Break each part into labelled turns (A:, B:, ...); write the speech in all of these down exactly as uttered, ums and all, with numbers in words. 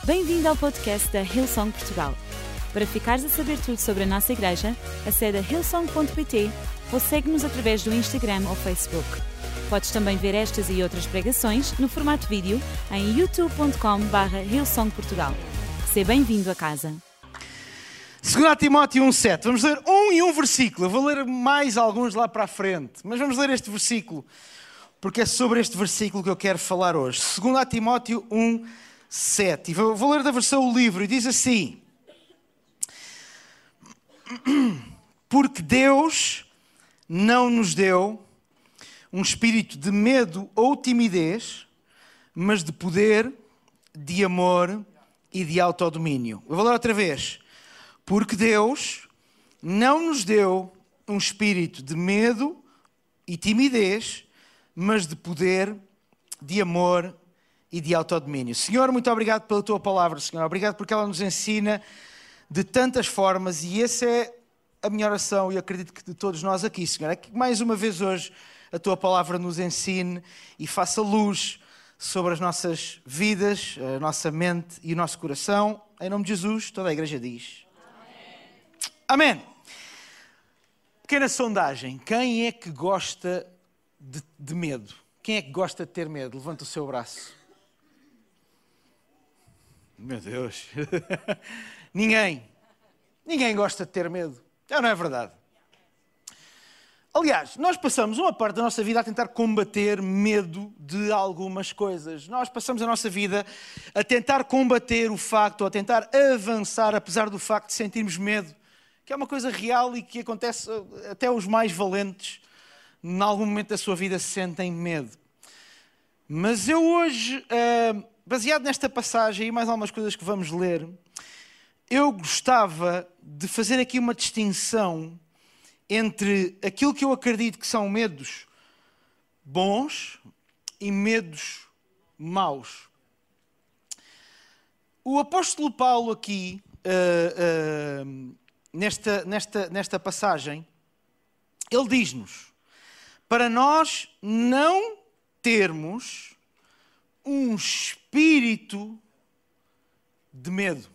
A: Bem-vindo ao podcast da Hillsong Portugal. Para ficares a saber tudo sobre a nossa igreja, acede a hillsong ponto pt ou segue-nos através do Instagram ou Facebook. Podes também ver estas e outras pregações no formato vídeo em youtube ponto com barra hillsong portugal. Seja bem-vindo a casa.
B: Segunda Timóteo um sete. Vamos ler um e um versículo. Eu vou ler mais alguns lá para a frente, mas vamos ler este versículo, porque é sobre este versículo que eu quero falar hoje. Segunda Timóteo um sete. E vou, vou ler da versão o livro e diz assim: porque Deus não nos deu um espírito de medo ou timidez, mas de poder, de amor e de autodomínio. Eu vou ler outra vez. Porque Deus não nos deu um espírito de medo e timidez, mas de poder, de amor e de autodomínio. Senhor, muito obrigado pela Tua palavra, Senhor. Obrigado porque ela nos ensina de tantas formas e essa é a minha oração e acredito que de todos nós aqui, Senhor. É que mais uma vez hoje a Tua palavra nos ensine e faça luz sobre as nossas vidas, a nossa mente e o nosso coração. Em nome de Jesus, toda a igreja diz. Amém. Amém. Pequena sondagem. Quem é que gosta de, de medo? Quem é que gosta de ter medo? Levanta o seu braço. Meu Deus. Ninguém. Ninguém gosta de ter medo. É, não é verdade? Aliás, nós passamos uma parte da nossa vida a tentar combater medo de algumas coisas. Nós passamos a nossa vida a tentar combater o facto, ou a tentar avançar, apesar do facto de sentirmos medo, que é uma coisa real e que acontece até os mais valentes, em algum momento da sua vida, sentem medo. Mas eu hoje, baseado nesta passagem e mais algumas coisas que vamos ler, eu gostava de fazer aqui uma distinção entre aquilo que eu acredito que são medos bons e medos maus. O apóstolo Paulo aqui, uh, uh, nesta, nesta, nesta passagem, ele diz-nos para nós não termos um espírito de medo.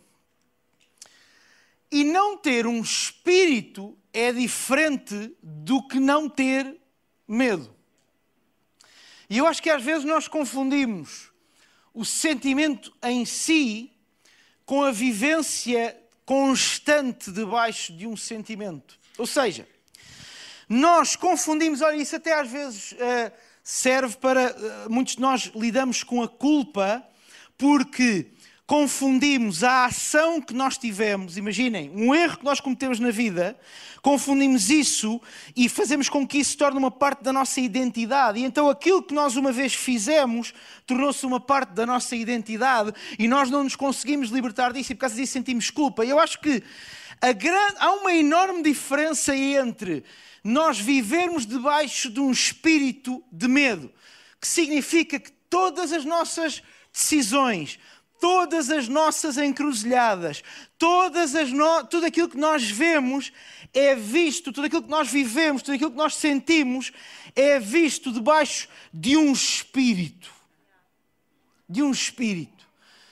B: E não ter um espírito é diferente do que não ter medo. E eu acho que às vezes nós confundimos o sentimento em si com a vivência constante debaixo de um sentimento. Ou seja, nós confundimos, olha, isso até às vezes uh, serve para... Uh, muitos de nós lidamos com a culpa porque confundimos a ação que nós tivemos, imaginem, um erro que nós cometemos na vida, confundimos isso e fazemos com que isso se torne uma parte da nossa identidade. E então aquilo que nós uma vez fizemos tornou-se uma parte da nossa identidade e nós não nos conseguimos libertar disso e por causa disso sentimos culpa. E eu acho que a grande, há uma enorme diferença entre nós vivermos debaixo de um espírito de medo, que significa que todas as nossas decisões, todas as nossas encruzilhadas, todas as no... tudo aquilo que nós vemos é visto, tudo aquilo que nós vivemos, tudo aquilo que nós sentimos é visto debaixo de um espírito. De um espírito.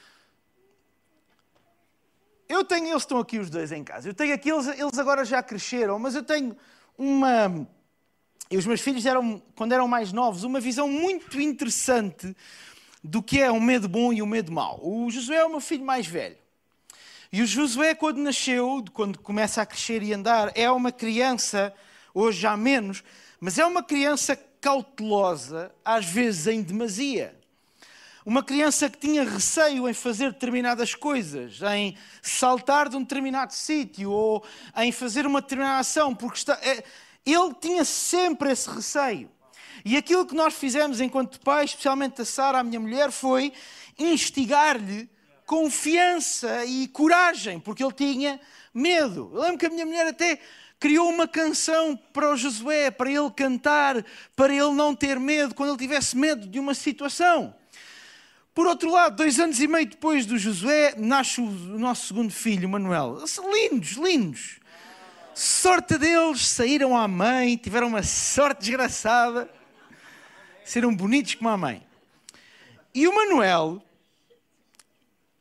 B: Eu tenho, eles estão aqui os dois em casa, eu tenho aqui, eles, eles agora já cresceram, mas eu tenho uma... E os meus filhos eram, quando eram mais novos, uma visão muito interessante do que é um medo bom e um medo mau. O Josué é o meu filho mais velho. E o Josué, quando nasceu, quando começa a crescer e andar, é uma criança, hoje já menos, mas é uma criança cautelosa, às vezes em demasia. Uma criança que tinha receio em fazer determinadas coisas, em saltar de um determinado sítio ou em fazer uma determinada ação, porque está... ele tinha sempre esse receio. E aquilo que nós fizemos enquanto pais, especialmente a Sara, a minha mulher, foi instigar-lhe confiança e coragem, porque ele tinha medo. Eu lembro que a minha mulher até criou uma canção para o Josué, para ele cantar, para ele não ter medo, quando ele tivesse medo de uma situação. Por outro lado, dois anos e meio depois do Josué, nasce o nosso segundo filho, o Manuel. Lindos, lindos. Sorte deles, saíram à mãe, tiveram uma sorte desgraçada. Serão bonitos como a mãe. E o Manuel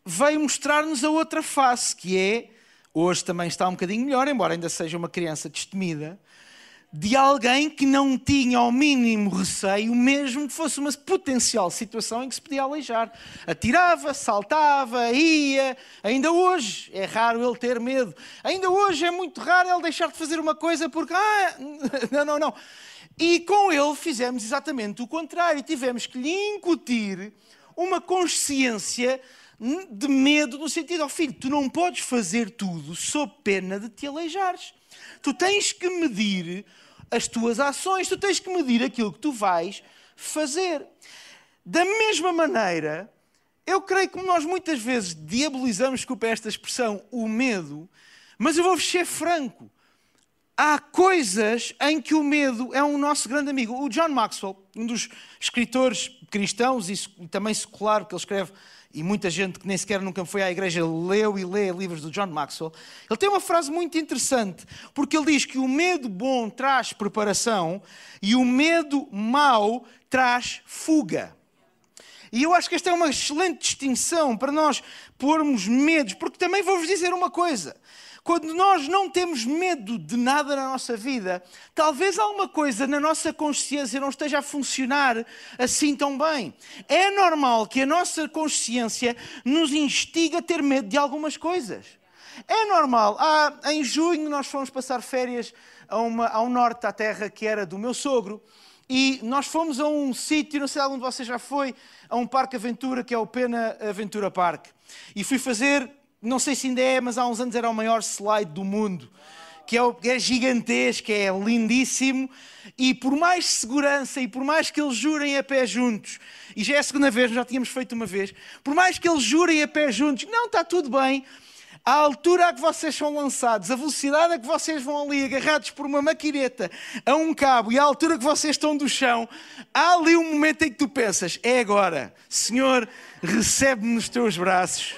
B: veio mostrar-nos a outra face, que é, hoje também está um bocadinho melhor, embora ainda seja uma criança destemida, de alguém que não tinha ao mínimo receio, mesmo que fosse uma potencial situação em que se podia aleijar. Atirava, saltava, ia. Ainda hoje é raro ele ter medo. Ainda hoje é muito raro ele deixar de fazer uma coisa porque... Ah, não, não, não. E com ele fizemos exatamente o contrário. Tivemos que lhe incutir uma consciência de medo, no sentido, ó filho, tu não podes fazer tudo sob pena de te aleijares. Tu tens que medir as tuas ações, tu tens que medir aquilo que tu vais fazer. Da mesma maneira, eu creio que nós muitas vezes diabolizamos, desculpa esta expressão, o medo, mas eu vou-vos ser franco. Há coisas em que o medo é um nosso grande amigo. O John Maxwell, um dos escritores cristãos e também secular, que ele escreve, e muita gente que nem sequer nunca foi à igreja leu e lê livros do John Maxwell, ele tem uma frase muito interessante, porque ele diz que o medo bom traz preparação e o medo mau traz fuga. E eu acho que esta é uma excelente distinção para nós pormos medos, porque também vou-vos dizer uma coisa. Quando nós não temos medo de nada na nossa vida, talvez alguma coisa na nossa consciência não esteja a funcionar assim tão bem. É normal que a nossa consciência nos instigue a ter medo de algumas coisas. É normal. Ah, em junho nós fomos passar férias a uma, ao norte da terra que era do meu sogro e nós fomos a um sítio, não sei onde você já foi, a um parque aventura que é o Pena Aventura Park. E fui fazer... Não sei se ainda é, mas há uns anos era o maior slide do mundo, que é, é gigantesco, é lindíssimo, e por mais segurança e por mais que eles jurem a pé juntos, e já é a segunda vez, nós já tínhamos feito uma vez, por mais que eles jurem a pé juntos, não, está tudo bem, a altura a que vocês são lançados, a velocidade a que vocês vão ali agarrados por uma maquineta a um cabo e a altura que vocês estão do chão, há ali um momento em que tu pensas, é agora, Senhor, recebe-me nos teus braços.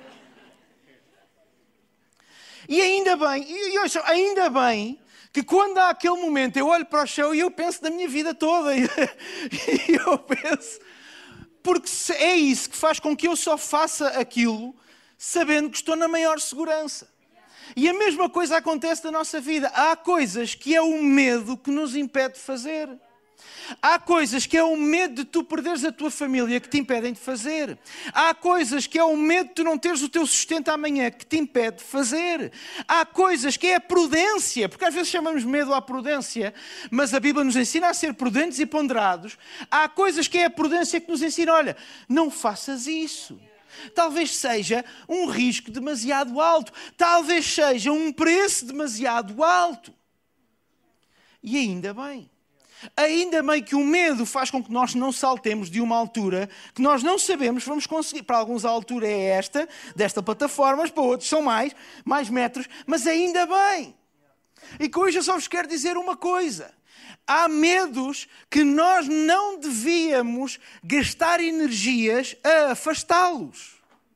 B: E ainda bem, e, e ouçam, ainda bem que quando há aquele momento eu olho para o chão e eu penso da minha vida toda. E eu penso, porque é isso que faz com que eu só faça aquilo sabendo que estou na maior segurança. E a mesma coisa acontece na nossa vida. Há coisas que é o medo que nos impede de fazer. Há coisas que é o medo de tu perderes a tua família que te impedem de fazer. Há coisas que é o medo de tu não teres o teu sustento amanhã que te impede de fazer. Há coisas que é a prudência, porque às vezes chamamos medo à prudência, mas a Bíblia nos ensina a ser prudentes e ponderados. Há coisas que é a prudência que nos ensina, olha, não faças isso. Talvez seja um risco demasiado alto. Talvez seja um preço demasiado alto. E ainda bem. Ainda bem que o medo faz com que nós não saltemos de uma altura que nós não sabemos se vamos conseguir. Para alguns a altura é esta, desta plataforma, para outros são mais, mais metros, mas ainda bem. E com isto eu só vos quero dizer uma coisa. Há medos que nós não devíamos gastar energias a afastá-los.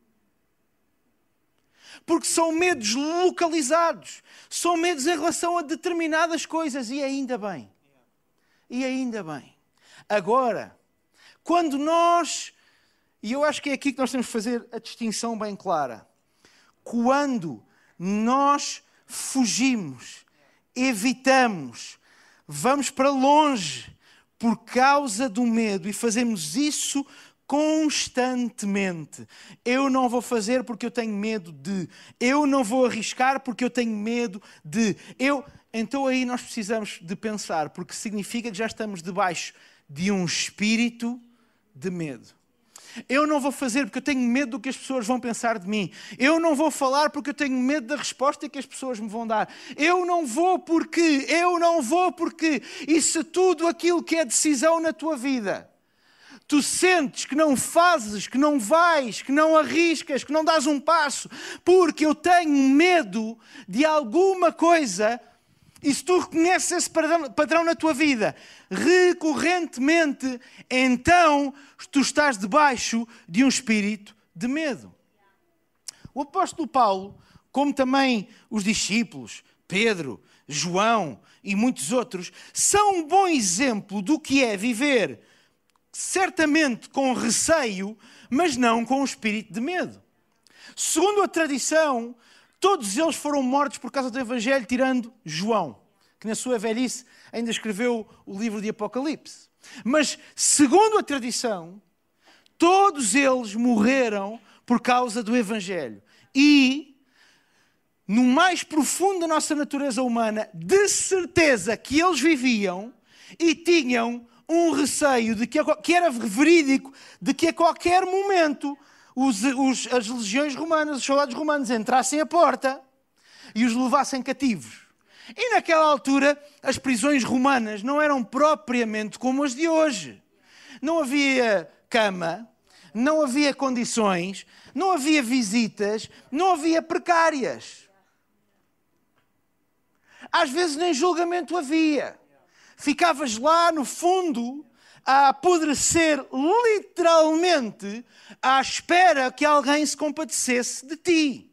B: Porque são medos localizados, são medos em relação a determinadas coisas e ainda bem. E ainda bem. Agora, quando nós, e eu acho que é aqui que nós temos que fazer a distinção bem clara, quando nós fugimos, evitamos, vamos para longe por causa do medo e fazemos isso constantemente. Eu não vou fazer porque eu tenho medo de. Eu não vou arriscar porque eu tenho medo de. Eu... Então aí nós precisamos de pensar, porque significa que já estamos debaixo de um espírito de medo. Eu não vou fazer porque eu tenho medo do que as pessoas vão pensar de mim. Eu não vou falar porque eu tenho medo da resposta que as pessoas me vão dar. Eu não vou porque, eu não vou porque. E se tudo aquilo que é decisão na tua vida, tu sentes que não fazes, que não vais, que não arriscas, que não dás um passo, porque eu tenho medo de alguma coisa. E se tu reconheces esse padrão, padrão na tua vida recorrentemente, então tu estás debaixo de um espírito de medo. O apóstolo Paulo, como também os discípulos, Pedro, João e muitos outros, são um bom exemplo do que é viver certamente com receio, mas não com um espírito de medo. Segundo a tradição, todos eles foram mortos por causa do Evangelho, tirando João, que na sua velhice ainda escreveu o livro de Apocalipse. Mas, segundo a tradição, todos eles morreram por causa do Evangelho. E, no mais profundo da nossa natureza humana, de certeza que eles viviam e tinham um receio de que, que era verídico, de que a qualquer momento os, os, as legiões romanas, os soldados romanos entrassem à porta e os levassem cativos. E naquela altura as prisões romanas não eram propriamente como as de hoje. Não havia cama, não havia condições, não havia visitas, não havia precárias. Às vezes nem julgamento havia. Ficavas lá no fundo a apodrecer literalmente à espera que alguém se compadecesse de ti.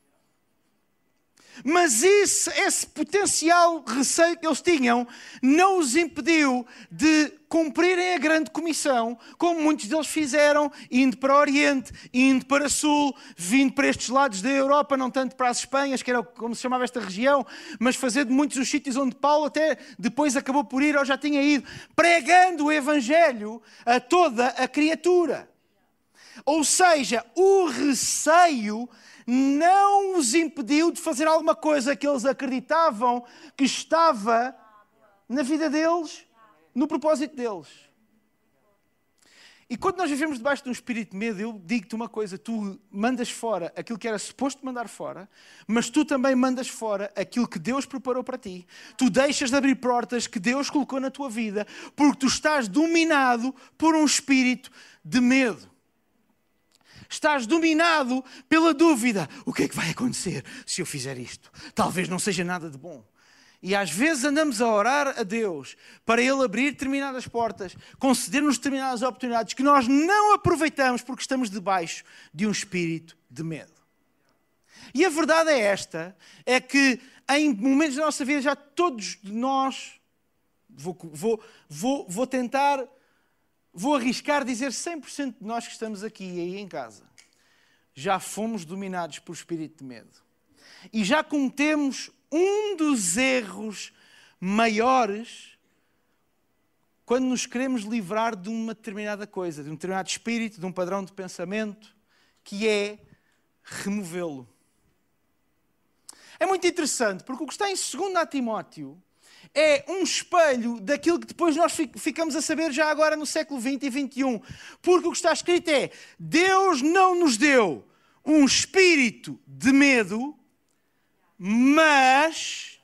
B: Mas isso, esse potencial receio que eles tinham não os impediu de cumprirem a grande comissão, como muitos deles fizeram, indo para o Oriente, indo para o Sul, vindo para estes lados da Europa, não tanto para as Espanhas, que era como se chamava esta região, mas fazer de muitos dos sítios onde Paulo até depois acabou por ir ou já tinha ido, pregando o Evangelho a toda a criatura. Ou seja, o receio não os impediu de fazer alguma coisa que eles acreditavam que estava na vida deles, no propósito deles. E quando nós vivemos debaixo de um espírito de medo, eu digo-te uma coisa, tu mandas fora aquilo que era suposto mandar fora, mas tu também mandas fora aquilo que Deus preparou para ti. Tu deixas de abrir portas que Deus colocou na tua vida, porque tu estás dominado por um espírito de medo. Estás dominado pela dúvida. O que é que vai acontecer se eu fizer isto? Talvez não seja nada de bom. E às vezes andamos a orar a Deus para Ele abrir determinadas portas, conceder-nos determinadas oportunidades que nós não aproveitamos porque estamos debaixo de um espírito de medo. E a verdade é esta, é que em momentos da nossa vida já todos nós, vou, vou, vou, vou tentar... Vou arriscar dizer cem por cento de nós que estamos aqui e aí em casa, já fomos dominados por espírito de medo. E já cometemos um dos erros maiores quando nos queremos livrar de uma determinada coisa, de um determinado espírito, de um padrão de pensamento, que é removê-lo. É muito interessante, porque o que está em dois Timóteo é um espelho daquilo que depois nós ficamos a saber já agora no século vinte e vinte e um. Porque o que está escrito é: Deus não nos deu um espírito de medo, mas,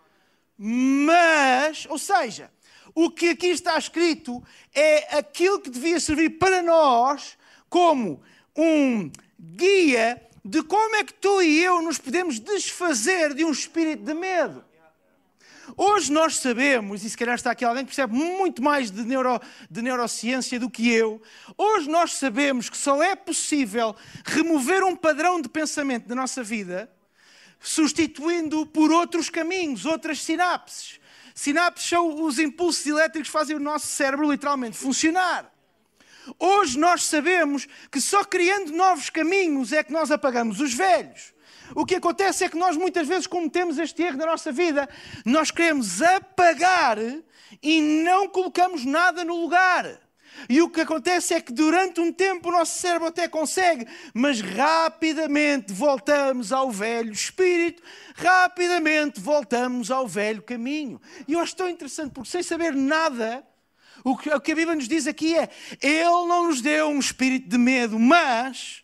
B: mas, ou seja, o que aqui está escrito é aquilo que devia servir para nós como um guia de como é que tu e eu nos podemos desfazer de um espírito de medo. Hoje nós sabemos, e se calhar está aqui alguém que percebe muito mais de, neuro, de neurociência do que eu, hoje nós sabemos que só é possível remover um padrão de pensamento da nossa vida substituindo-o por outros caminhos, outras sinapses. Sinapses são os impulsos elétricos que fazem o nosso cérebro literalmente funcionar. Hoje nós sabemos que só criando novos caminhos é que nós apagamos os velhos. O que acontece é que nós muitas vezes cometemos este erro na nossa vida. Nós queremos apagar e não colocamos nada no lugar. E o que acontece é que durante um tempo o nosso cérebro até consegue, mas rapidamente voltamos ao velho espírito, rapidamente voltamos ao velho caminho. E eu acho tão interessante, porque sem saber nada, o que a Bíblia nos diz aqui é: Ele não nos deu um espírito de medo, mas...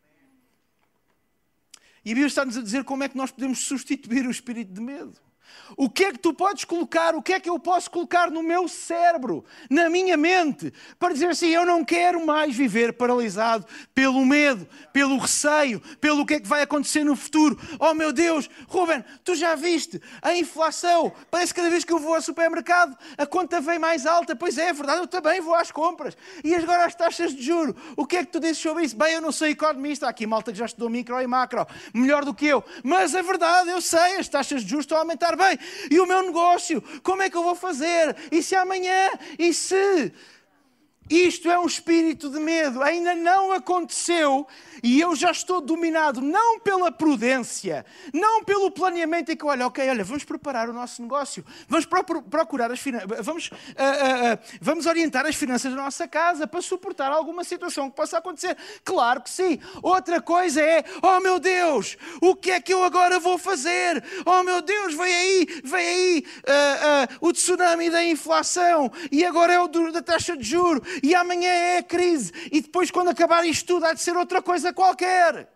B: E a Bíblia está-nos a dizer como é que nós podemos substituir o espírito de medo. O que é que tu podes colocar, o que é que eu posso colocar no meu cérebro, na minha mente, para dizer assim: eu não quero mais viver paralisado pelo medo, pelo receio, pelo que é que vai acontecer no futuro. Oh meu Deus, Ruben, tu já viste a inflação? Parece que cada vez que eu vou ao supermercado a conta vem mais alta. Pois é, é verdade, eu também vou às compras. E agora as taxas de juros, o que é que tu dizes sobre isso? Bem, eu não sou economista, há aqui malta que já estudou micro e macro, melhor do que eu. Mas é verdade, eu sei, as taxas de juros estão a aumentar bem. E o meu negócio, como é que eu vou fazer? E se amanhã? E se? Isto é um espírito de medo. Ainda não aconteceu e eu já estou dominado, não pela prudência, não pelo planeamento em que, olha, ok, olha, vamos preparar o nosso negócio, vamos procurar as finanças, vamos, uh, uh, uh, vamos orientar as finanças da nossa casa para suportar alguma situação que possa acontecer. Claro que sim. Outra coisa é, oh meu Deus, o que é que eu agora vou fazer? Oh meu Deus, vem aí, vem aí uh, uh, o tsunami da inflação e agora é o da taxa de juros. E amanhã é a crise. E depois, quando acabar isto tudo, há de ser outra coisa qualquer.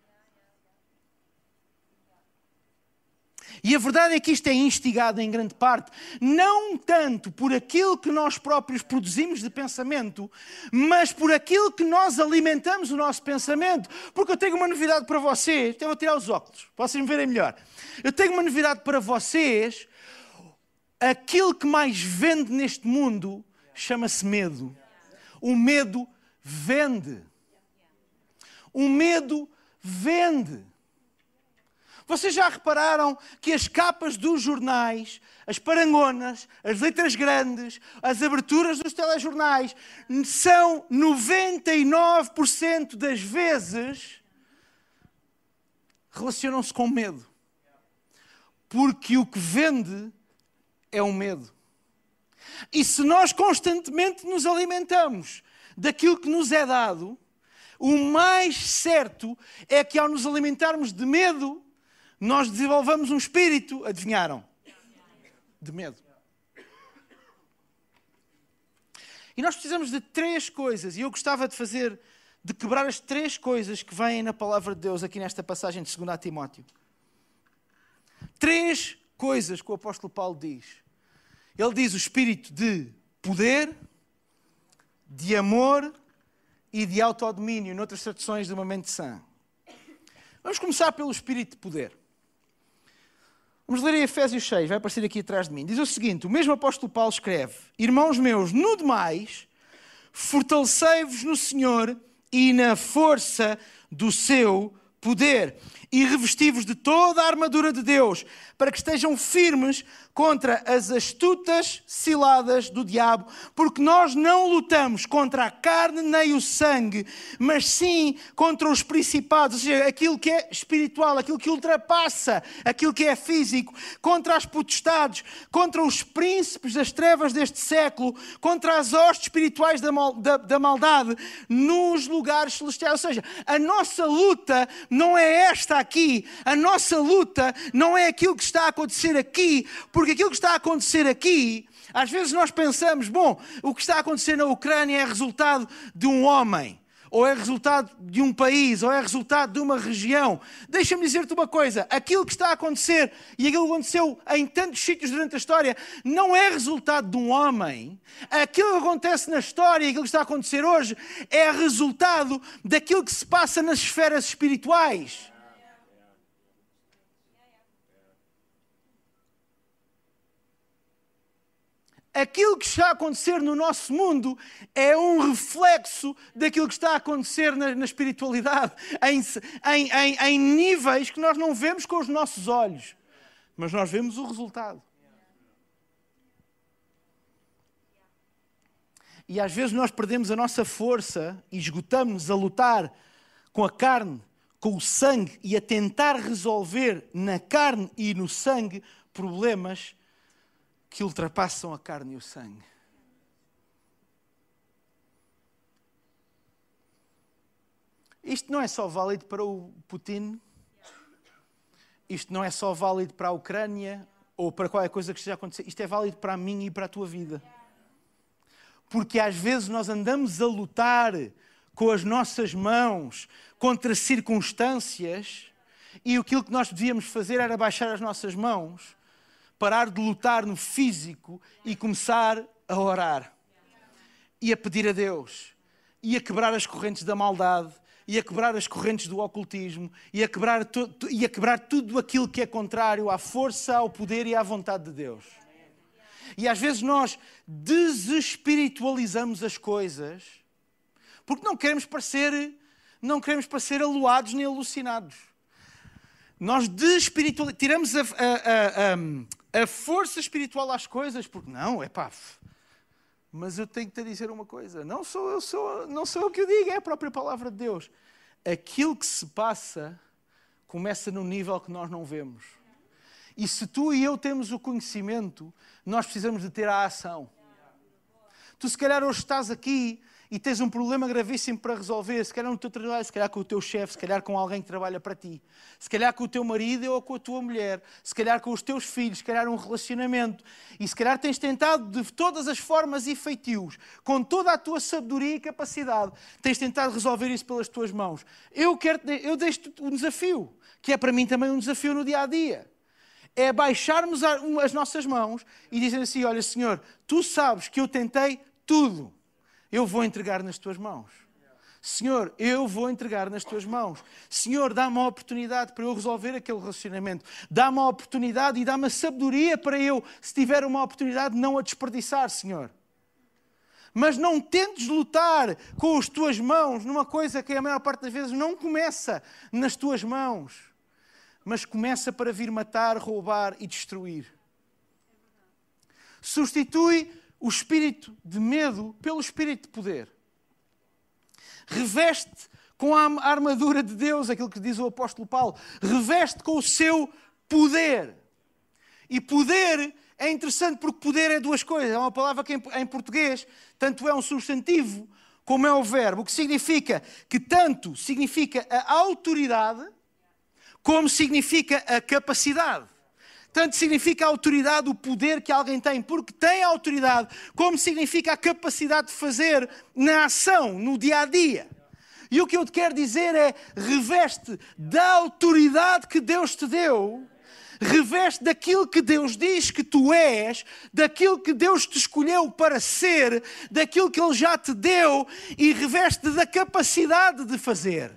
B: E a verdade é que isto é instigado em grande parte, não tanto por aquilo que nós próprios produzimos de pensamento, mas por aquilo que nós alimentamos o nosso pensamento. Porque eu tenho uma novidade para vocês. Então, eu vou tirar os óculos, para vocês me verem melhor. Eu tenho uma novidade para vocês. Aquilo que mais vende neste mundo chama-se medo. O medo vende. O medo vende. Vocês já repararam que as capas dos jornais, as parangonas, as letras grandes, as aberturas dos telejornais, são noventa e nove por cento das vezes relacionam-se com medo. Porque o que vende é o medo. E se nós constantemente nos alimentamos daquilo que nos é dado, o mais certo é que ao nos alimentarmos de medo, nós desenvolvamos um espírito, adivinharam? De medo. E nós precisamos de três coisas, e eu gostava de fazer, de quebrar as três coisas que vêm na palavra de Deus aqui nesta passagem de Segunda Timóteo. Três coisas que o apóstolo Paulo diz. Ele diz o espírito de poder, de amor e de autodomínio, noutras traduções de uma mente sã. Vamos começar pelo espírito de poder. Vamos ler em Efésios seis, vai aparecer aqui atrás de mim. Diz o seguinte, o mesmo apóstolo Paulo escreve: Irmãos meus, no demais, fortalecei-vos no Senhor e na força do seu poder, e revesti-vos de toda a armadura de Deus, para que estejam firmes contra as astutas ciladas do diabo, porque nós não lutamos contra a carne nem o sangue, mas sim contra os principados, ou seja, aquilo que é espiritual, aquilo que ultrapassa aquilo que é físico, contra as potestades, contra os príncipes das trevas deste século, contra as hostes espirituais da, mal, da, da maldade nos lugares celestiais. Ou seja, a nossa luta não é esta aqui, a nossa luta não é aquilo que está a acontecer aqui, porque aquilo que está a acontecer aqui, às vezes nós pensamos, bom, o que está a acontecer na Ucrânia é resultado de um homem, ou é resultado de um país, ou é resultado de uma região. Deixa-me dizer-te uma coisa, aquilo que está a acontecer, e aquilo que aconteceu em tantos sítios durante a história, não é resultado de um homem. Aquilo que acontece na história, e aquilo que está a acontecer hoje, é resultado daquilo que se passa nas esferas espirituais. Aquilo que está a acontecer no nosso mundo é um reflexo daquilo que está a acontecer na, na espiritualidade, em, em, em, em níveis que nós não vemos com os nossos olhos, mas nós vemos o resultado. E às vezes nós perdemos a nossa força e esgotamos a lutar com a carne, com o sangue e a tentar resolver na carne e no sangue problemas que ultrapassam a carne e o sangue. Isto não é só válido para o Putin, isto não é só válido para a Ucrânia ou para qualquer coisa que esteja a acontecer, isto é válido para a minha e para a tua vida. Porque às vezes nós andamos a lutar com as nossas mãos contra circunstâncias e aquilo que nós devíamos fazer era baixar as nossas mãos, parar de lutar no físico e começar a orar. E a pedir a Deus. E a quebrar as correntes da maldade. E a quebrar as correntes do ocultismo. E a quebrar, tu, e a quebrar tudo aquilo que é contrário à força, ao poder e à vontade de Deus. E às vezes nós desespiritualizamos as coisas porque não queremos parecer, não queremos parecer aluados nem alucinados. Nós desespiritualizamos, tiramos a... a, a, a a força espiritual às coisas, porque não, é pá, Mas eu tenho que te dizer uma coisa. Não sou eu, sou, não sou eu que o digo, é a própria palavra de Deus. Aquilo que se passa começa no nível que nós não vemos. E se tu e eu temos o conhecimento, nós precisamos de ter a ação. Tu se calhar hoje estás aqui e tens um problema gravíssimo para resolver, se calhar no teu trabalho, se calhar com o teu chefe, se calhar com alguém que trabalha para ti, se calhar com o teu marido ou com a tua mulher, se calhar com os teus filhos, se calhar um relacionamento, e se calhar tens tentado de todas as formas e feitios, com toda a tua sabedoria e capacidade, tens tentado resolver isso pelas tuas mãos. Eu, quero, eu deixo-te um desafio, que é para mim também um desafio no dia-a-dia. É baixarmos as nossas mãos e dizer assim, olha Senhor, tu sabes que eu tentei tudo. Eu vou entregar nas tuas mãos. Senhor, eu vou entregar nas tuas mãos. Senhor, dá-me a oportunidade para eu resolver aquele relacionamento. Dá-me a oportunidade e dá-me a sabedoria para eu, se tiver uma oportunidade, não a desperdiçar, Senhor. Mas não tentes lutar com as tuas mãos numa coisa que a maior parte das vezes não começa nas tuas mãos, mas começa para vir matar, roubar e destruir. Substitui o espírito de medo pelo espírito de poder. Reveste com a armadura de Deus, aquilo que diz o apóstolo Paulo. Reveste com o seu poder. E poder é interessante porque poder é duas coisas. É uma palavra que em português tanto é um substantivo como é o verbo. O que significa que tanto significa a autoridade como significa a capacidade. Tanto significa a autoridade, o poder que alguém tem, porque tem a autoridade, como significa a capacidade de fazer na ação, no dia-a-dia. E o que eu te quero dizer é, reveste da autoridade que Deus te deu, reveste daquilo que Deus diz que tu és, daquilo que Deus te escolheu para ser, daquilo que Ele já te deu, e reveste da capacidade de fazer.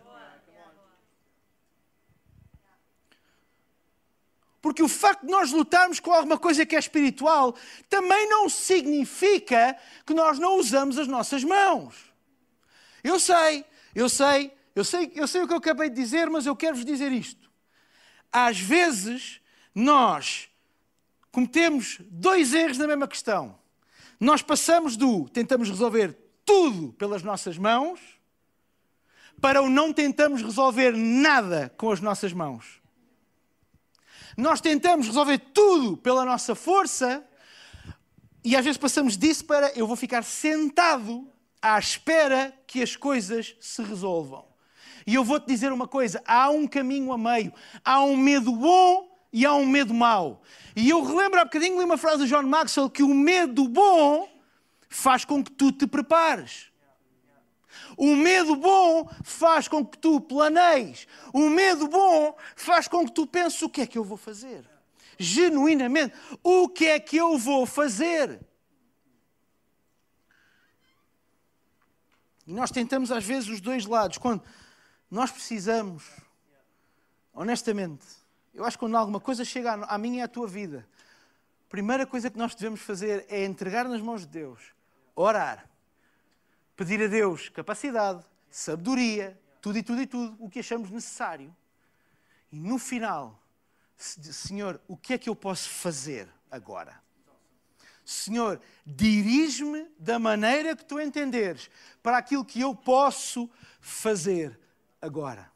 B: Porque o facto de nós lutarmos com alguma coisa que é espiritual também não significa que nós não usamos as nossas mãos. Eu sei, eu sei, eu sei, eu sei o que eu acabei de dizer, mas eu quero-vos dizer isto. Às vezes nós cometemos dois erros na mesma questão. Nós passamos do tentamos resolver tudo pelas nossas mãos para o não tentamos resolver nada com as nossas mãos. Nós tentamos resolver tudo pela nossa força e às vezes passamos disso para eu vou ficar sentado à espera que as coisas se resolvam. E eu vou-te dizer uma coisa, há um caminho a meio, há um medo bom e há um medo mau. E eu relembro há bocadinho li uma frase do John Maxwell que o medo bom faz com que tu te prepares. O medo bom faz com que tu planeis. O medo bom faz com que tu penses o que é que eu vou fazer. Genuinamente, o que é que eu vou fazer? E nós tentamos às vezes os dois lados. Quando nós precisamos, honestamente, eu acho que quando alguma coisa chega à minha e à tua vida, a primeira coisa que nós devemos fazer é entregar nas mãos de Deus, orar. Pedir a Deus capacidade, sabedoria, tudo e tudo e tudo, o que achamos necessário. E no final, Senhor, o que é que eu posso fazer agora? Senhor, dirige-me da maneira que tu entenderes para aquilo que eu posso fazer agora.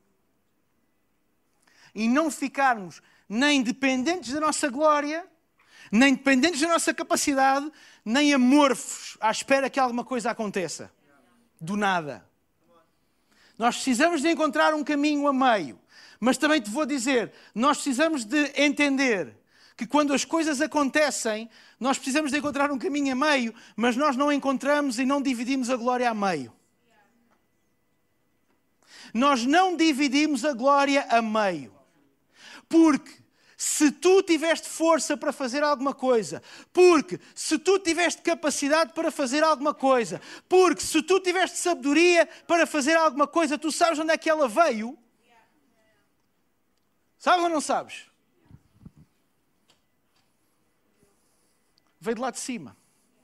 B: E não ficarmos nem dependentes da nossa glória, nem dependentes da nossa capacidade, nem amorfos à espera que alguma coisa aconteça. Do nada. Nós precisamos de encontrar um caminho a meio. Mas também te vou dizer, nós precisamos de entender que quando as coisas acontecem, nós precisamos de encontrar um caminho a meio, mas nós não encontramos e não dividimos a glória a meio. Nós não dividimos a glória a meio. Porque se tu tiveste força para fazer alguma coisa, porque se tu tiveste capacidade para fazer alguma coisa, porque se tu tiveste sabedoria para fazer alguma coisa, tu sabes onde é que ela veio? Sabes ou não sabes? Veio de lá de cima.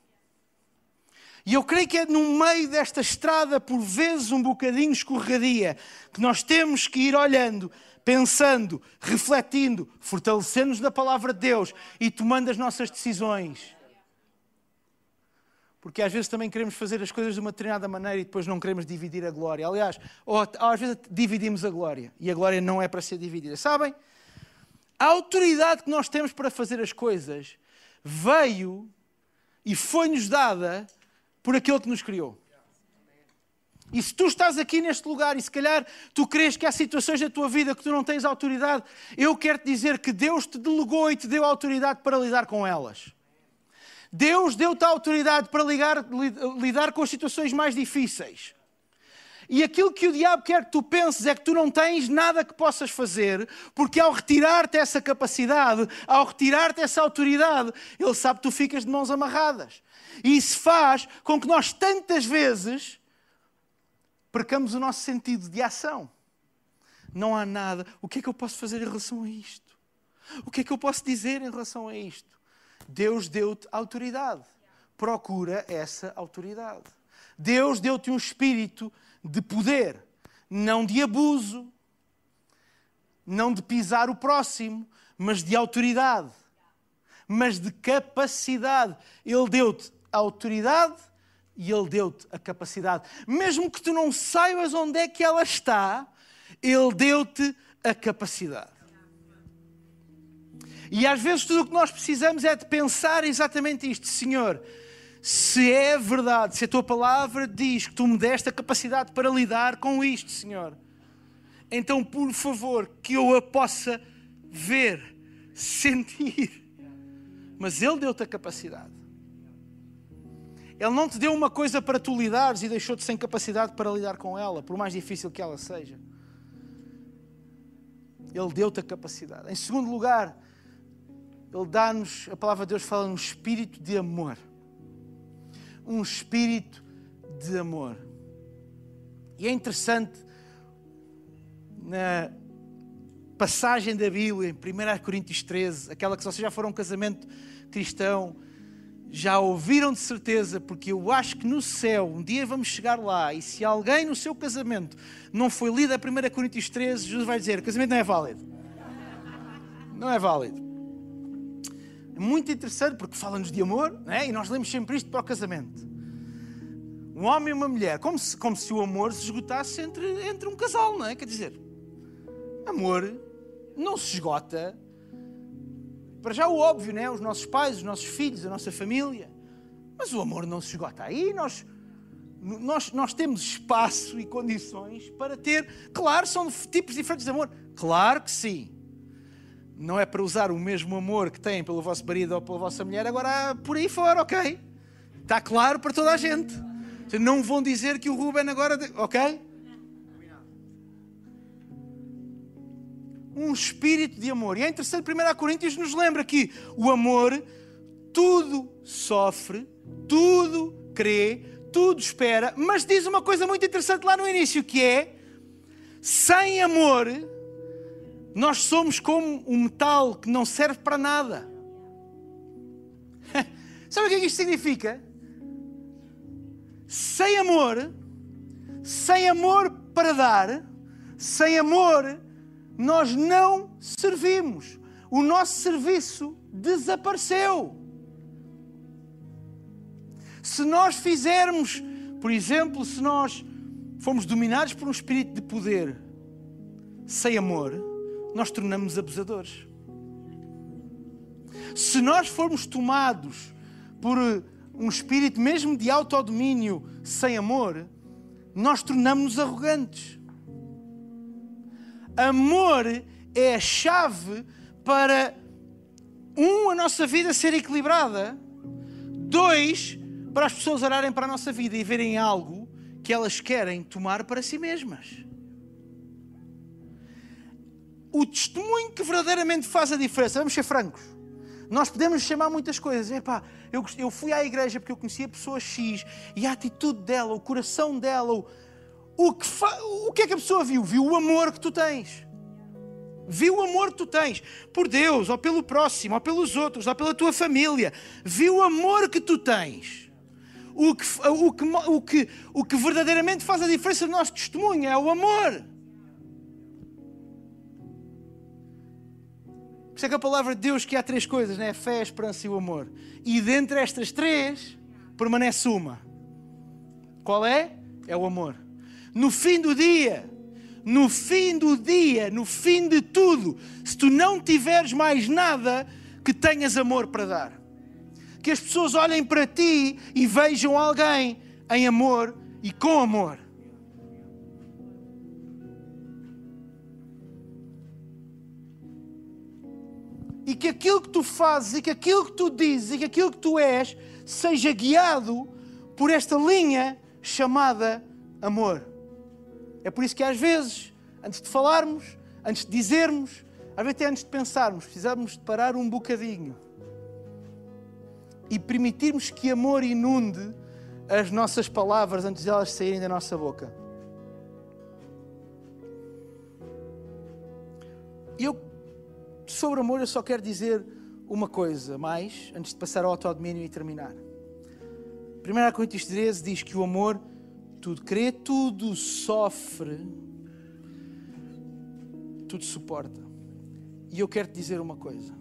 B: E eu creio que é no meio desta estrada, por vezes um bocadinho escorregadia, que nós temos que ir olhando, pensando, refletindo, fortalecendo-nos na palavra de Deus e tomando as nossas decisões. Porque às vezes também queremos fazer as coisas de uma determinada maneira e depois não queremos dividir a glória. Aliás, ou às vezes dividimos a glória e a glória não é para ser dividida. Sabem? A autoridade que nós temos para fazer as coisas veio e foi-nos dada por aquele que nos criou. E se tu estás aqui neste lugar e se calhar tu crees que há situações da tua vida que tu não tens autoridade, eu quero te dizer que Deus te delegou e te deu autoridade para lidar com elas. Deus deu-te a autoridade para ligar, lidar com as situações mais difíceis. E aquilo que o diabo quer que tu penses é que tu não tens nada que possas fazer, porque ao retirar-te essa capacidade, ao retirar-te essa autoridade, ele sabe que tu ficas de mãos amarradas. E isso faz com que nós tantas vezes percamos o nosso sentido de ação. Não há nada. O que é que eu posso fazer em relação a isto? O que é que eu posso dizer em relação a isto? Deus deu-te autoridade. Procura essa autoridade. Deus deu-te um espírito de poder, não de abuso, não de pisar o próximo, mas de autoridade, mas de capacidade. Ele deu-te a autoridade e Ele deu-te a capacidade. Mesmo que tu não saibas onde é que ela está, Ele deu-te a capacidade. E às vezes tudo o que nós precisamos é de pensar exatamente isto. Senhor, se é verdade, se a Tua palavra diz que Tu me deste a capacidade para lidar com isto, Senhor, então, por favor, que eu a possa ver, sentir. Mas Ele deu-te a capacidade. Ele não te deu uma coisa para tu lidares e deixou-te sem capacidade para lidar com ela, por mais difícil que ela seja. Ele deu-te a capacidade. Em segundo lugar, Ele dá-nos, a palavra de Deus fala num espírito de amor. Um espírito de amor. E é interessante, na passagem da Bíblia, em primeira Coríntios treze, aquela que se vocês já foram a um casamento cristão, já ouviram de certeza, porque eu acho que no céu, um dia vamos chegar lá, e se alguém no seu casamento não foi lido a primeira Coríntios treze, Jesus vai dizer, o casamento não é válido. Não é válido. É muito interessante porque fala-nos de amor, não é? E nós lemos sempre isto para o casamento. Um homem e uma mulher, como se, como se o amor se esgotasse entre, entre um casal, não é? Quer dizer, amor não se esgota. Para já o óbvio, não é? Os nossos pais, os nossos filhos, a nossa família. Mas o amor não se esgota aí. Nós, nós, nós temos espaço e condições para ter... Claro, são tipos diferentes de amor. Claro que sim. Não é para usar o mesmo amor que têm pelo vosso marido ou pela vossa mulher, agora por aí fora, ok? Está claro para toda a gente. Não vão dizer que o Ruben agora... Ok? Um espírito de amor. E é interessante, primeira Coríntios nos lembra que o amor tudo sofre, tudo crê, tudo espera, mas diz uma coisa muito interessante lá no início, que é, sem amor, nós somos como um metal que não serve para nada. Sabe o que é que isto significa? Sem amor, sem amor para dar, sem amor, nós não servimos. O nosso serviço desapareceu. Se nós fizermos, por exemplo, se nós formos dominados por um espírito de poder sem amor, nós tornamos-nos abusadores. Se nós formos tomados por um espírito mesmo de autodomínio sem amor, nós tornamos-nos arrogantes. Amor é a chave para, um, a nossa vida ser equilibrada, dois, para as pessoas olharem para a nossa vida e verem algo que elas querem tomar para si mesmas. O testemunho que verdadeiramente faz a diferença, vamos ser francos, nós podemos chamar muitas coisas. Epá, eu, eu fui à igreja porque eu conhecia a pessoa X e a atitude dela, o coração dela, o, o, que fa, o que é que a pessoa viu? Viu o amor que tu tens. Viu o amor que tu tens por Deus, ou pelo próximo, ou pelos outros, ou pela tua família. Viu o amor que tu tens. O que, o que, o que, o que verdadeiramente faz a diferença no nosso testemunho é o amor. Por isso é que a palavra de Deus que há três coisas, né? A fé, a esperança e o amor. E dentre estas três, permanece uma. Qual é? É o amor. No fim do dia, no fim do dia, no fim de tudo, se tu não tiveres mais nada, que tenhas amor para dar. Que as pessoas olhem para ti e vejam alguém em amor e com amor. E que aquilo que tu fazes, e que aquilo que tu dizes, e que aquilo que tu és, seja guiado por esta linha chamada amor. É por isso que às vezes, antes de falarmos, antes de dizermos, às vezes até antes de pensarmos, precisamos de parar um bocadinho e permitirmos que amor inunde as nossas palavras antes de elas saírem da nossa boca. E eu, sobre amor, eu só quero dizer uma coisa mais, antes de passar ao autodomínio e terminar. primeira Coríntios treze diz que o amor tudo crê, tudo sofre, tudo suporta. E eu quero te dizer uma coisa.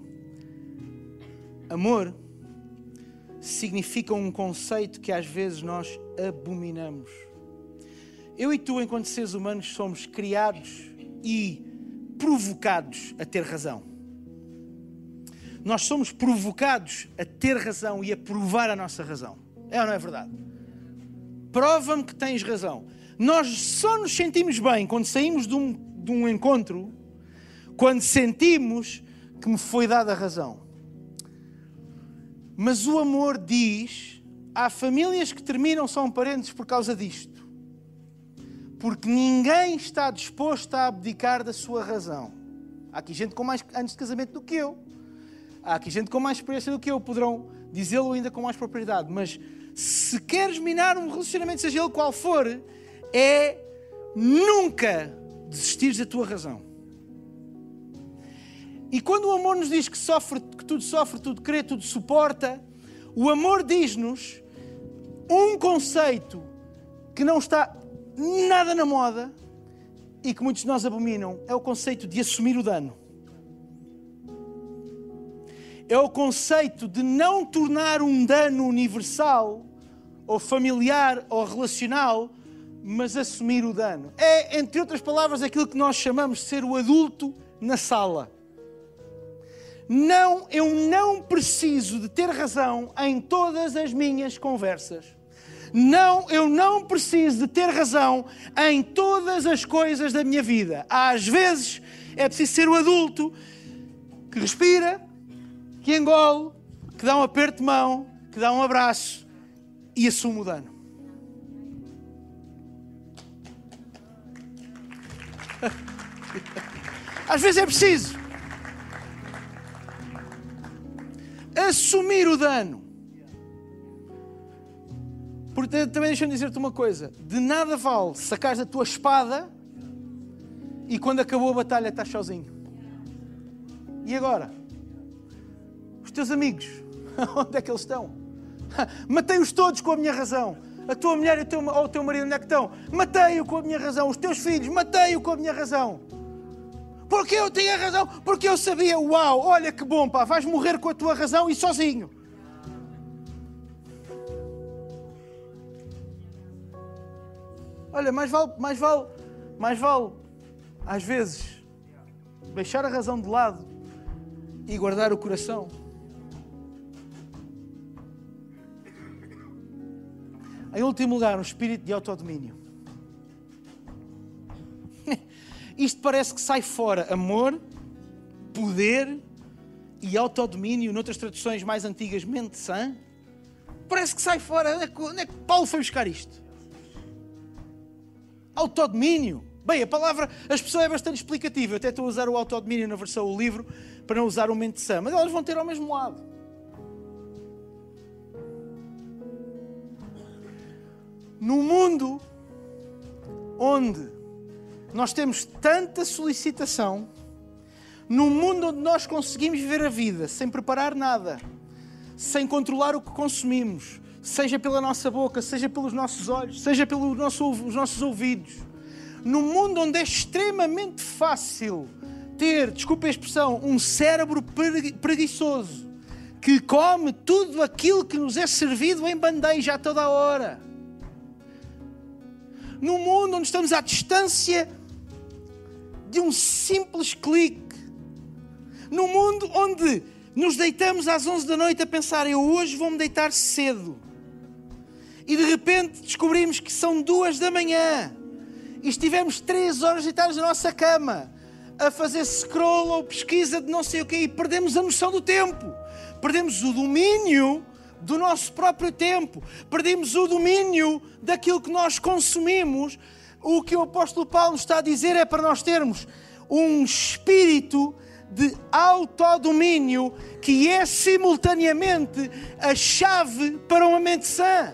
B: Amor significa um conceito que às vezes nós abominamos. Eu e tu, enquanto seres humanos, somos criados e provocados a ter razão. Nós somos provocados a ter razão e a provar a nossa razão. É ou não é verdade? Prova-me que tens razão. Nós só nos sentimos bem quando saímos de um, de um encontro, quando sentimos que me foi dada a razão. Mas o amor diz, há famílias que terminam, são parentes por causa disto. Porque ninguém está disposto a abdicar da sua razão. Há aqui gente com mais anos de casamento do que eu. Há aqui gente com mais experiência do que eu. Poderão dizê-lo ainda com mais propriedade. Mas se queres minar um relacionamento, seja ele qual for, é nunca desistires da tua razão. E quando o amor nos diz que, sofre, que tudo sofre, tudo crê, tudo suporta, o amor diz-nos um conceito que não está nada na moda e que muitos de nós abominam. É o conceito de assumir o dano. É o conceito de não tornar um dano universal, ou familiar, ou relacional, mas assumir o dano. É, entre outras palavras, aquilo que nós chamamos de ser o adulto na sala. Não, eu não preciso de ter razão em todas as minhas conversas. Não, eu não preciso de ter razão em todas as coisas da minha vida. Às vezes é preciso ser o adulto que respira, que engole, que dá um aperto de mão, que dá um abraço e assume o dano. Às vezes é preciso assumir o dano. Porque também deixa-me dizer-te uma coisa. De nada vale sacares a tua espada e quando acabou a batalha estás sozinho. E agora? Os teus amigos, onde é que eles estão? Matei-os todos com a minha razão. A tua mulher e o teu, ou o teu marido, onde é que estão? Matei-o com a minha razão. Os teus filhos, matei-o com a minha razão. Porque eu tinha razão, porque eu sabia, uau, olha que bom, pá, vais morrer com a tua razão e sozinho. Olha, mais vale, mais vale, mais vale, às vezes, deixar a razão de lado e guardar o coração. Em último lugar, um espírito de autodomínio. Isto parece que sai fora. Amor, poder e autodomínio, noutras traduções mais antigas, mente sã. Parece que sai fora. Onde é que Paulo foi buscar isto? Autodomínio. Bem, a palavra, a expressão é bastante explicativa. Eu até estou a usar o autodomínio na versão do livro para não usar o mente sã. Mas elas vão ter ao mesmo lado. No mundo onde nós temos tanta solicitação, num mundo onde nós conseguimos viver a vida sem preparar nada, sem controlar o que consumimos, seja pela nossa boca, seja pelos nossos olhos, seja pelos nosso, os nossos ouvidos, num mundo onde é extremamente fácil ter, desculpe a expressão, um cérebro preguiçoso, que come tudo aquilo que nos é servido em bandeja a toda a hora. Num mundo onde estamos à distância de um simples clique. Num mundo onde nos deitamos às onze da noite a pensar, eu hoje vou-me deitar cedo. E de repente descobrimos que são duas da manhã. E estivemos três horas deitados na nossa cama a fazer scroll ou pesquisa de não sei o quê. E perdemos a noção do tempo. Perdemos o domínio do nosso próprio tempo. Perdemos o domínio daquilo que nós consumimos. O que o apóstolo Paulo está a dizer é para nós termos um espírito de autodomínio que é simultaneamente a chave para uma mente sã.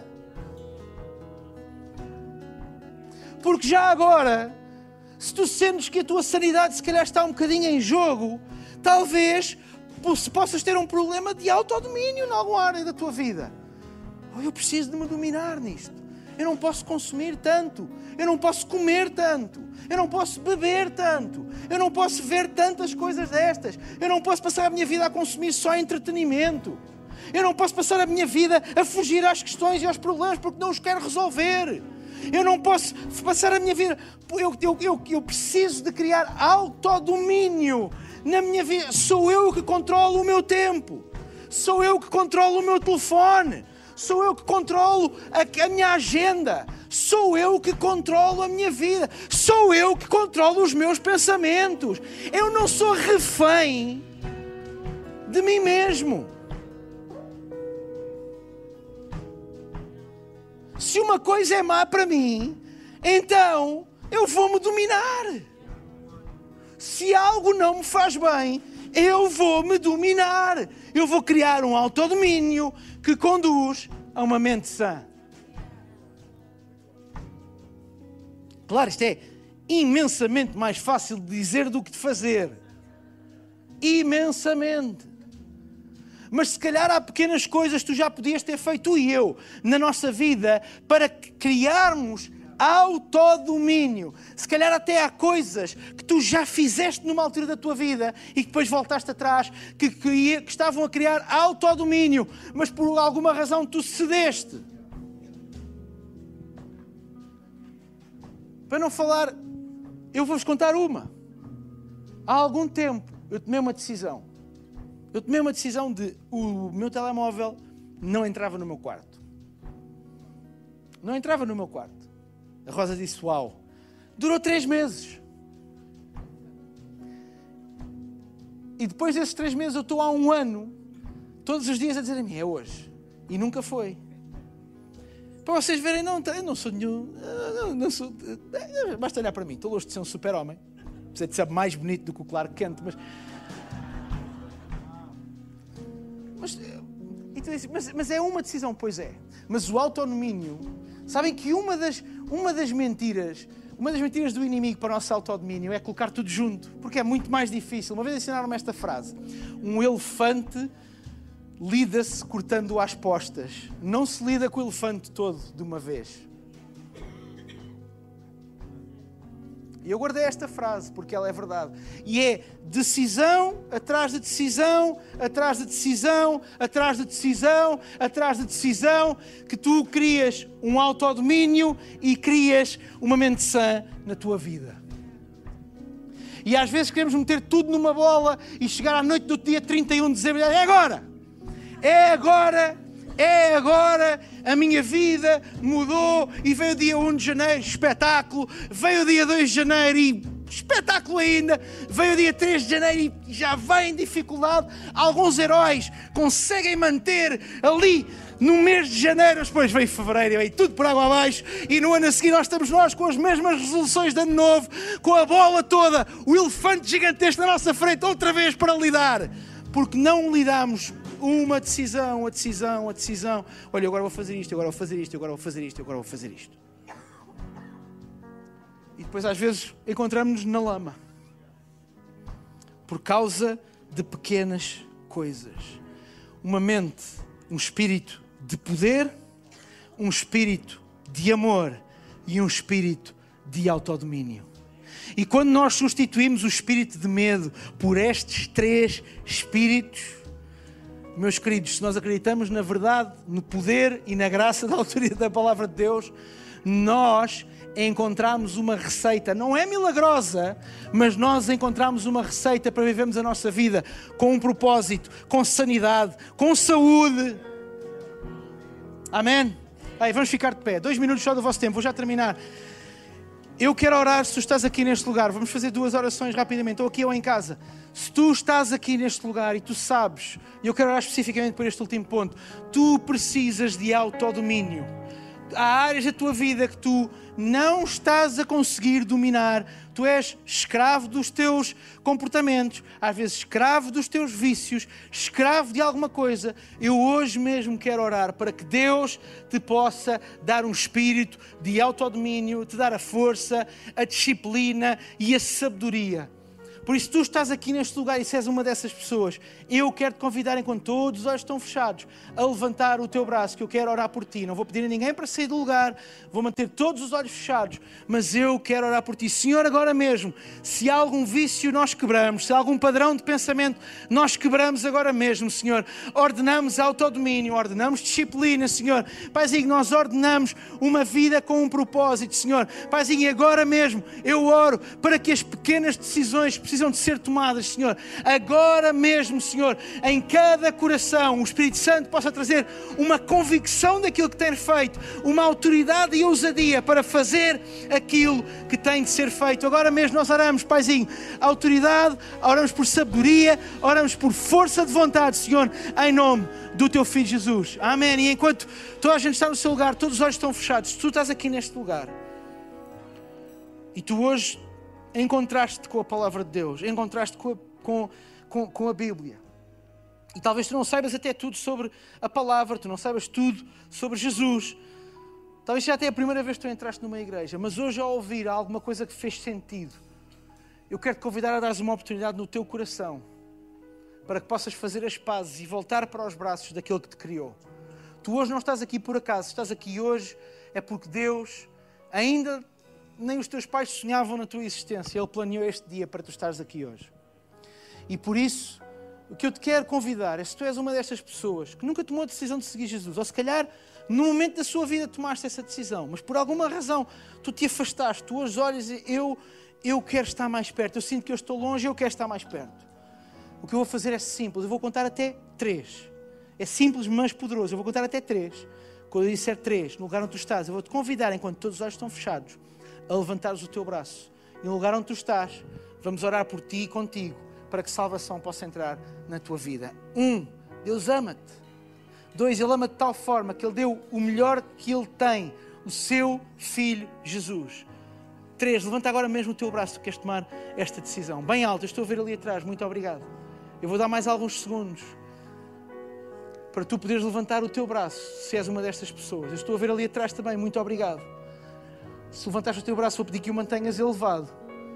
B: Porque já agora, se tu sentes que a tua sanidade se calhar está um bocadinho em jogo, talvez possas ter um problema de autodomínio em alguma área da tua vida. Oh, eu preciso de me dominar nisto. Eu não posso consumir tanto. Eu não posso comer tanto. Eu não posso beber tanto. Eu não posso ver tantas coisas destas. Eu não posso passar a minha vida a consumir só entretenimento. Eu não posso passar a minha vida a fugir às questões e aos problemas porque não os quero resolver. Eu não posso passar a minha vida... Eu, eu, eu, eu preciso de criar autodomínio na minha vida. Sou eu que controlo o meu tempo. Sou eu que controlo o meu telefone. Sou eu que controlo a, a minha agenda. Sou eu que controlo a minha vida. Sou eu que controlo os meus pensamentos. Eu não sou refém de mim mesmo. Se uma coisa é má para mim, então eu vou me dominar. Se algo não me faz bem, eu vou me dominar. Eu vou criar um autodomínio que conduz a uma mente sã. Claro, isto é imensamente mais fácil de dizer do que de fazer. Imensamente. Mas se calhar há pequenas coisas que tu já podias ter feito, tu e eu, na nossa vida, para criarmos autodomínio. Se calhar até há coisas que tu já fizeste numa altura da tua vida e que depois voltaste atrás, que, que, que estavam a criar autodomínio, mas por alguma razão tu cedeste. Para não falar, eu vou-vos contar uma. Há algum tempo eu tomei uma decisão. Eu tomei uma decisão de o meu telemóvel não entrava no meu quarto. Não entrava no meu quarto. A Rosa disse, uau. Durou três meses. E depois desses três meses eu estou há um ano, todos os dias a dizer a mim, é hoje. E nunca foi. Para vocês verem, não, eu não sou nenhum... Não, não sou, basta olhar para mim. Estou longe de ser um super-homem. Precisa de ser mais bonito do que o Clark Kent, mas... Mas, mas, mas é uma decisão, pois é. Mas o autodomínio... Sabem que uma das, uma das mentiras... Uma das mentiras do inimigo para o nosso autodomínio é colocar tudo junto. Porque é muito mais difícil. Uma vez ensinaram-me esta frase. Um elefante lida-se cortando às postas. Não se lida com o elefante todo de uma vez. E eu guardei esta frase porque ela é verdade. E é decisão atrás de decisão, atrás de decisão, atrás de decisão, atrás de decisão, que tu crias um autodomínio e crias uma mente sã na tua vida. E às vezes queremos meter tudo numa bola e chegar à noite do dia trinta e um de dezembro e dizer, é agora! É agora! É agora, a minha vida mudou e veio o dia um de janeiro, espetáculo, veio o dia dois de janeiro e espetáculo ainda, veio o dia três de janeiro e já vem dificuldade. Alguns heróis conseguem manter ali no mês de janeiro, depois veio fevereiro e veio tudo por água abaixo e no ano a seguir nós estamos nós com as mesmas resoluções de ano novo, com a bola toda, o elefante gigantesco na nossa frente outra vez para lidar, porque não lidamos. Uma decisão, a decisão, a decisão. Olha, agora vou fazer isto, agora vou fazer isto, agora vou fazer isto, agora vou fazer isto. E depois às vezes encontramos-nos na lama. Por causa de pequenas coisas. Uma mente, um espírito de poder, um espírito de amor e um espírito de autodomínio. E quando nós substituímos o espírito de medo por estes três espíritos, Meus queridos, se nós acreditamos na verdade, no poder e na graça da autoridade da palavra de Deus, nós encontramos uma receita, não é milagrosa, mas nós encontramos uma receita para vivermos a nossa vida com um propósito, com sanidade, com saúde. Amém? Aí, vamos ficar de pé. Dois minutos só do vosso tempo, vou já terminar. Eu quero orar, se tu estás aqui neste lugar, vamos fazer duas orações rapidamente, ou aqui ou em casa. Se tu estás aqui neste lugar e tu sabes, e eu quero orar especificamente por este último ponto, tu precisas de autodomínio. Há áreas da tua vida que tu não estás a conseguir dominar. Tu és escravo dos teus comportamentos, às vezes escravo dos teus vícios, escravo de alguma coisa. Eu hoje mesmo quero orar para que Deus te possa dar um espírito de autodomínio, te dar a força, a disciplina e a sabedoria. Por isso, tu estás aqui neste lugar e se és uma dessas pessoas, eu quero te convidar, enquanto todos os olhos estão fechados, a levantar o teu braço, que eu quero orar por ti. Não vou pedir a ninguém para sair do lugar, vou manter todos os olhos fechados, mas eu quero orar por ti. Senhor, agora mesmo, se há algum vício nós quebramos, se há algum padrão de pensamento nós quebramos agora mesmo, Senhor. Ordenamos autodomínio, ordenamos disciplina, Senhor. Paizinho, nós ordenamos uma vida com um propósito, Senhor. Paizinho, e agora mesmo eu oro para que as pequenas decisões precisam de ser tomadas, Senhor. Agora mesmo, Senhor, em cada coração, o Espírito Santo possa trazer uma convicção daquilo que tem feito, uma autoridade e ousadia para fazer aquilo que tem de ser feito. Agora mesmo nós oramos, Paizinho, autoridade, oramos por sabedoria, oramos por força de vontade, Senhor, em nome do Teu Filho Jesus. Amém. E enquanto toda a gente está no seu lugar, todos os olhos estão fechados, se tu estás aqui neste lugar e tu hoje encontraste-te com a palavra de Deus, encontraste-te com a, com, com, com a Bíblia. E talvez tu não saibas até tudo sobre a palavra, tu não saibas tudo sobre Jesus. Talvez já até a primeira vez que tu entraste numa igreja, mas hoje ao ouvir alguma coisa que fez sentido, eu quero te convidar a dares uma oportunidade no teu coração para que possas fazer as pazes e voltar para os braços daquele que te criou. Tu hoje não estás aqui por acaso, estás aqui hoje é porque Deus ainda... nem os teus pais sonhavam na tua existência. Ele planeou este dia para tu estares aqui hoje. E por isso, o que eu te quero convidar é, se tu és uma destas pessoas que nunca tomou a decisão de seguir Jesus, ou se calhar no momento da sua vida tomaste essa decisão, mas por alguma razão tu te afastaste, tu hoje olhas e eu, eu quero estar mais perto, eu sinto que eu estou longe e eu quero estar mais perto. O que eu vou fazer é simples, eu vou contar até três. É simples, mas poderoso. Eu vou contar até três. Quando eu disser três, no lugar onde tu estás, eu vou te convidar, enquanto todos os olhos estão fechados, a levantares o teu braço. E no lugar onde tu estás, vamos orar por ti e contigo, para que salvação possa entrar na tua vida. Um, Deus ama-te. Dois, Ele ama-te de tal forma que Ele deu o melhor que Ele tem, o seu Filho Jesus. Três, levanta agora mesmo o teu braço, tu queres tomar esta decisão. Bem alto, eu estou a ver ali atrás, muito obrigado. Eu vou dar mais alguns segundos para tu poderes levantar o teu braço, se és uma destas pessoas. Eu estou a ver ali atrás também, muito obrigado. Se levantaste o teu braço, vou pedir que o mantenhas elevado.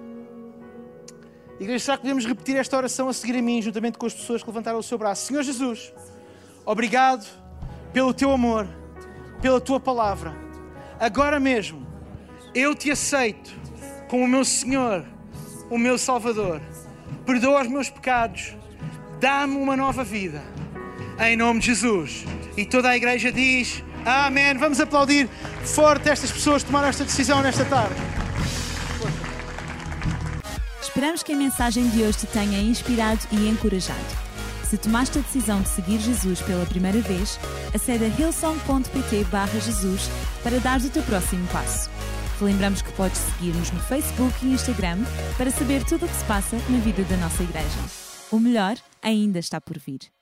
B: Igreja, será que podemos repetir esta oração a seguir a mim, juntamente com as pessoas que levantaram o seu braço? Senhor Jesus, obrigado pelo teu amor, pela tua palavra. Agora mesmo, eu te aceito como o meu Senhor, o meu Salvador. Perdoa os meus pecados, dá-me uma nova vida. Em nome de Jesus. E toda a igreja diz... Amém. Vamos aplaudir forte estas pessoas que tomaram esta decisão nesta tarde.
A: Esperamos que a mensagem de hoje te tenha inspirado e encorajado. Se tomaste a decisão de seguir Jesus pela primeira vez, acede a hillsong ponto pt barra Jesus para dares o teu próximo passo. Te lembramos que podes seguir-nos no Facebook e Instagram para saber tudo o que se passa na vida da nossa igreja. O melhor ainda está por vir.